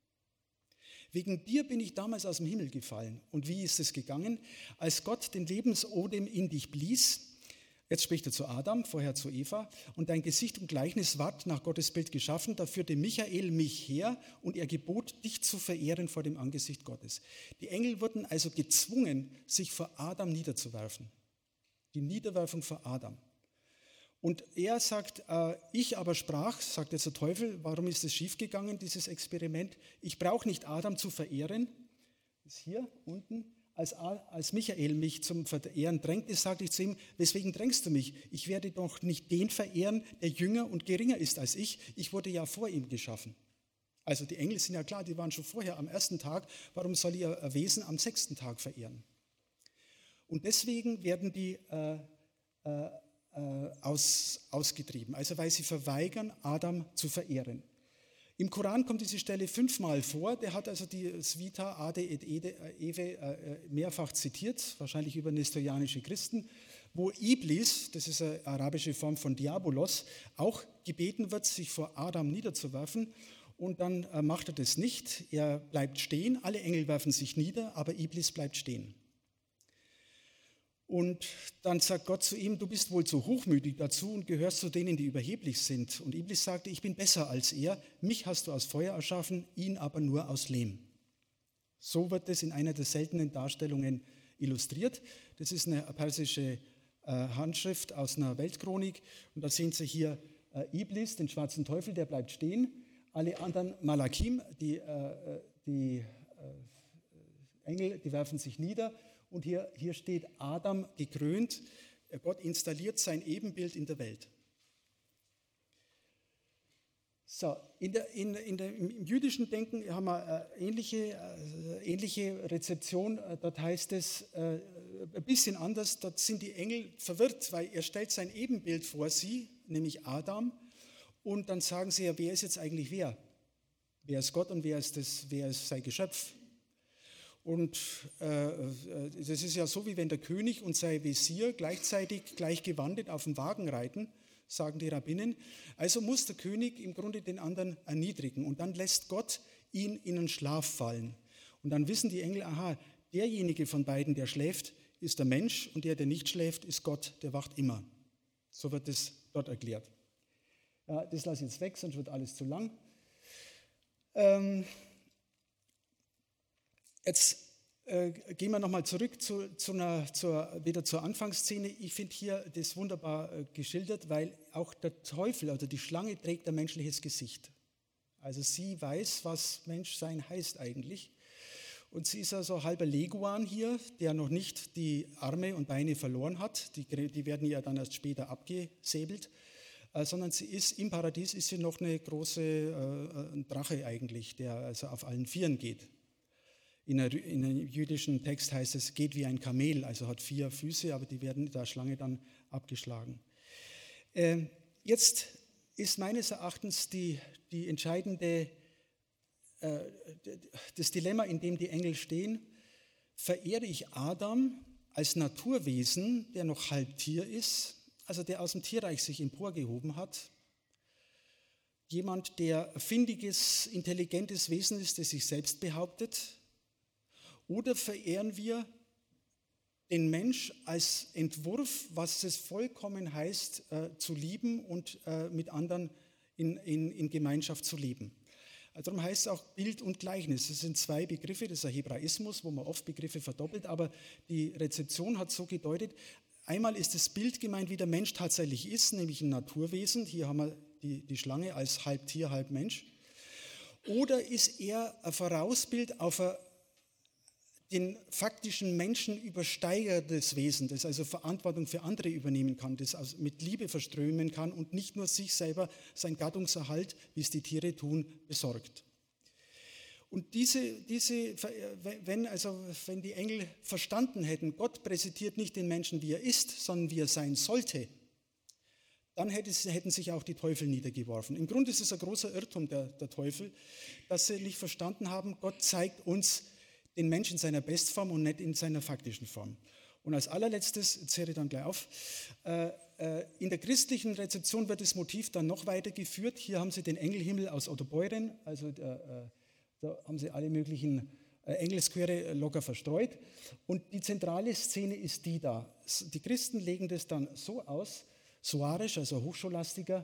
Wegen dir bin ich damals aus dem Himmel gefallen. Und wie ist es gegangen? Als Gott den Lebensodem in dich blies, jetzt spricht er zu Adam, vorher zu Eva, und dein Gesicht und Gleichnis ward nach Gottes Bild geschaffen, da führte Michael mich her und er gebot, dich zu verehren vor dem Angesicht Gottes. Die Engel wurden also gezwungen, sich vor Adam niederzuwerfen. Die Niederwerfung vor Adam. Und er sagt, äh, ich aber sprach, sagt jetzt der Teufel, warum ist es schiefgegangen, dieses Experiment? Ich brauche nicht Adam zu verehren, das ist hier unten, als, als Michael mich zum Verehren drängte, sagte ich zu ihm, weswegen drängst du mich? Ich werde doch nicht den verehren, der jünger und geringer ist als ich. Ich wurde ja vor ihm geschaffen. Also die Engel sind ja klar, die waren schon vorher am ersten Tag. Warum soll ich ein Wesen am sechsten Tag verehren? Und deswegen werden die äh, äh, aus, ausgetrieben, also weil sie verweigern, Adam zu verehren. Im Koran kommt diese Stelle fünfmal vor. Der hat also die Svita, Ade et Ede, Ewe mehrfach zitiert, wahrscheinlich über nestorianische Christen, wo Iblis, das ist eine arabische Form von Diabolos, auch gebeten wird, sich vor Adam niederzuwerfen. Und dann macht er das nicht. Er bleibt stehen. Alle Engel werfen sich nieder, aber Iblis bleibt stehen. Und dann sagt Gott zu ihm, du bist wohl zu hochmütig dazu und gehörst zu denen, die überheblich sind. Und Iblis sagte, ich bin besser als er, mich hast du aus Feuer erschaffen, ihn aber nur aus Lehm. So wird es in einer der seltenen Darstellungen illustriert. Das ist eine persische äh, Handschrift aus einer Weltchronik. Und da sehen Sie hier äh, Iblis, den schwarzen Teufel, der bleibt stehen. Alle anderen Malakim, die, äh, die äh, Engel, die werfen sich nieder. Und hier, hier steht Adam gekrönt. Gott installiert sein Ebenbild in der Welt. So, in der, in, in der, im jüdischen Denken haben wir äh, ähnliche, äh, ähnliche Rezeption. Äh, dort heißt es äh, ein bisschen anders. Dort sind die Engel verwirrt, weil er stellt sein Ebenbild vor sie, nämlich Adam. Und dann sagen sie ja, wer ist jetzt eigentlich wer? Wer ist Gott und wer ist, das, wer ist sein Geschöpf? Und äh, das ist ja so, wie wenn der König und sein Wesir gleichzeitig gleich gewandet auf dem Wagen reiten, sagen die Rabbinnen. Also muss der König im Grunde den anderen erniedrigen. Und dann lässt Gott ihn in einen Schlaf fallen. Und dann wissen die Engel, aha, derjenige von beiden, der schläft, ist der Mensch und der, der nicht schläft, ist Gott, der wacht immer. So wird es dort erklärt. Ja, das lasse ich jetzt weg, sonst wird alles zu lang. Ähm, Jetzt äh, gehen wir nochmal zurück zu, zu einer, zur, wieder zur Anfangsszene. Ich finde hier das wunderbar äh, geschildert, weil auch der Teufel, also die Schlange, trägt ein menschliches Gesicht. Also sie weiß, was Menschsein heißt eigentlich. Und sie ist also halber Leguan hier, der noch nicht die Arme und Beine verloren hat. Die, die werden ja dann erst später abgesäbelt. Äh, sondern sie ist, im Paradies ist sie noch eine große äh, ein Drache eigentlich, der also auf allen Vieren geht. In einem jüdischen Text heißt es, geht wie ein Kamel, also hat vier Füße, aber die werden der Schlange dann abgeschlagen. Äh, jetzt ist meines Erachtens die, die entscheidende, äh, das Dilemma, in dem die Engel stehen. Verehre ich Adam als Naturwesen, der noch halb Tier ist, also der aus dem Tierreich sich emporgehoben hat, jemand, der findiges, intelligentes Wesen ist, das sich selbst behauptet? Oder verehren wir den Mensch als Entwurf, was es vollkommen heißt, äh, zu lieben und äh, mit anderen in, in, in Gemeinschaft zu leben? Also darum heißt es auch Bild und Gleichnis. Das sind zwei Begriffe, das ist ein Hebraismus, wo man oft Begriffe verdoppelt, aber die Rezeption hat so gedeutet, einmal ist das Bild gemeint, wie der Mensch tatsächlich ist, nämlich ein Naturwesen. Hier haben wir die, die Schlange als halb Tier, halb Mensch. Oder ist er ein Vorausbild auf ein den faktischen Menschen übersteigertes Wesen, das also Verantwortung für andere übernehmen kann, das also mit Liebe verströmen kann und nicht nur sich selber sein Gattungserhalt, wie es die Tiere tun, besorgt. Und diese, diese, wenn, also, wenn die Engel verstanden hätten, Gott präsentiert nicht den Menschen, wie er ist, sondern wie er sein sollte, dann hätten sich auch die Teufel niedergeworfen. Im Grunde ist es ein großer Irrtum der, der Teufel, dass sie nicht verstanden haben, Gott zeigt uns den Menschen in seiner Bestform und nicht in seiner faktischen Form. Und als allerletztes, jetzt höre ich dann gleich auf, äh, äh, in der christlichen Rezeption wird das Motiv dann noch weitergeführt. Hier haben Sie den Engelhimmel aus Otto Beuren, also äh, da haben Sie alle möglichen äh, Engelschöre locker verstreut. Und die zentrale Szene ist die da. Die Christen legen das dann so aus, soarisch, also hochschullastiger,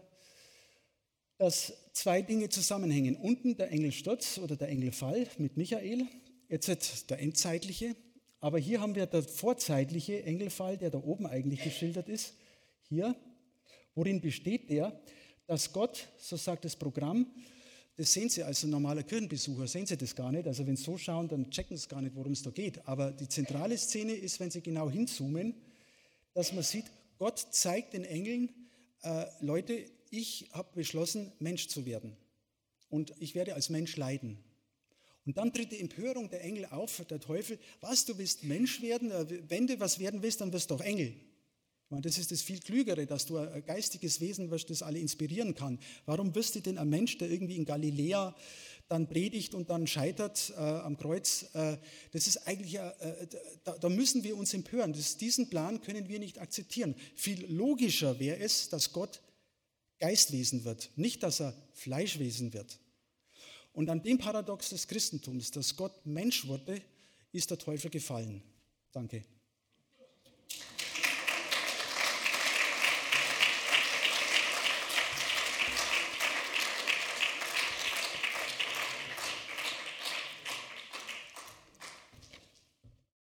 dass zwei Dinge zusammenhängen. Unten der Engelsturz oder der Engelfall mit Michael, jetzt der endzeitliche, aber hier haben wir der vorzeitliche Engelfall, der da oben eigentlich geschildert ist. Hier, worin besteht der, dass Gott, so sagt das Programm, das sehen Sie als normaler Kirchenbesucher, sehen Sie das gar nicht, also wenn Sie so schauen, dann checken Sie gar nicht, worum es da geht. Aber die zentrale Szene ist, wenn Sie genau hinzoomen, dass man sieht, Gott zeigt den Engeln, äh, Leute, ich habe beschlossen, Mensch zu werden und ich werde als Mensch leiden. Und dann tritt die Empörung der Engel auf, der Teufel, was, du willst Mensch werden? Wenn du was werden willst, dann wirst du doch Engel. Ich meine, das ist das viel Klügere, dass du ein geistiges Wesen wirst, das alle inspirieren kann. Warum wirst du denn ein Mensch, der irgendwie in Galiläa dann predigt und dann scheitert äh, am Kreuz? Äh, das ist eigentlich, äh, da, da müssen wir uns empören. Das, diesen Plan können wir nicht akzeptieren. Viel logischer wäre es, dass Gott Geistwesen wird, nicht, dass er Fleischwesen wird. Und an dem Paradox des Christentums, dass Gott Mensch wurde, ist der Teufel gefallen. Danke.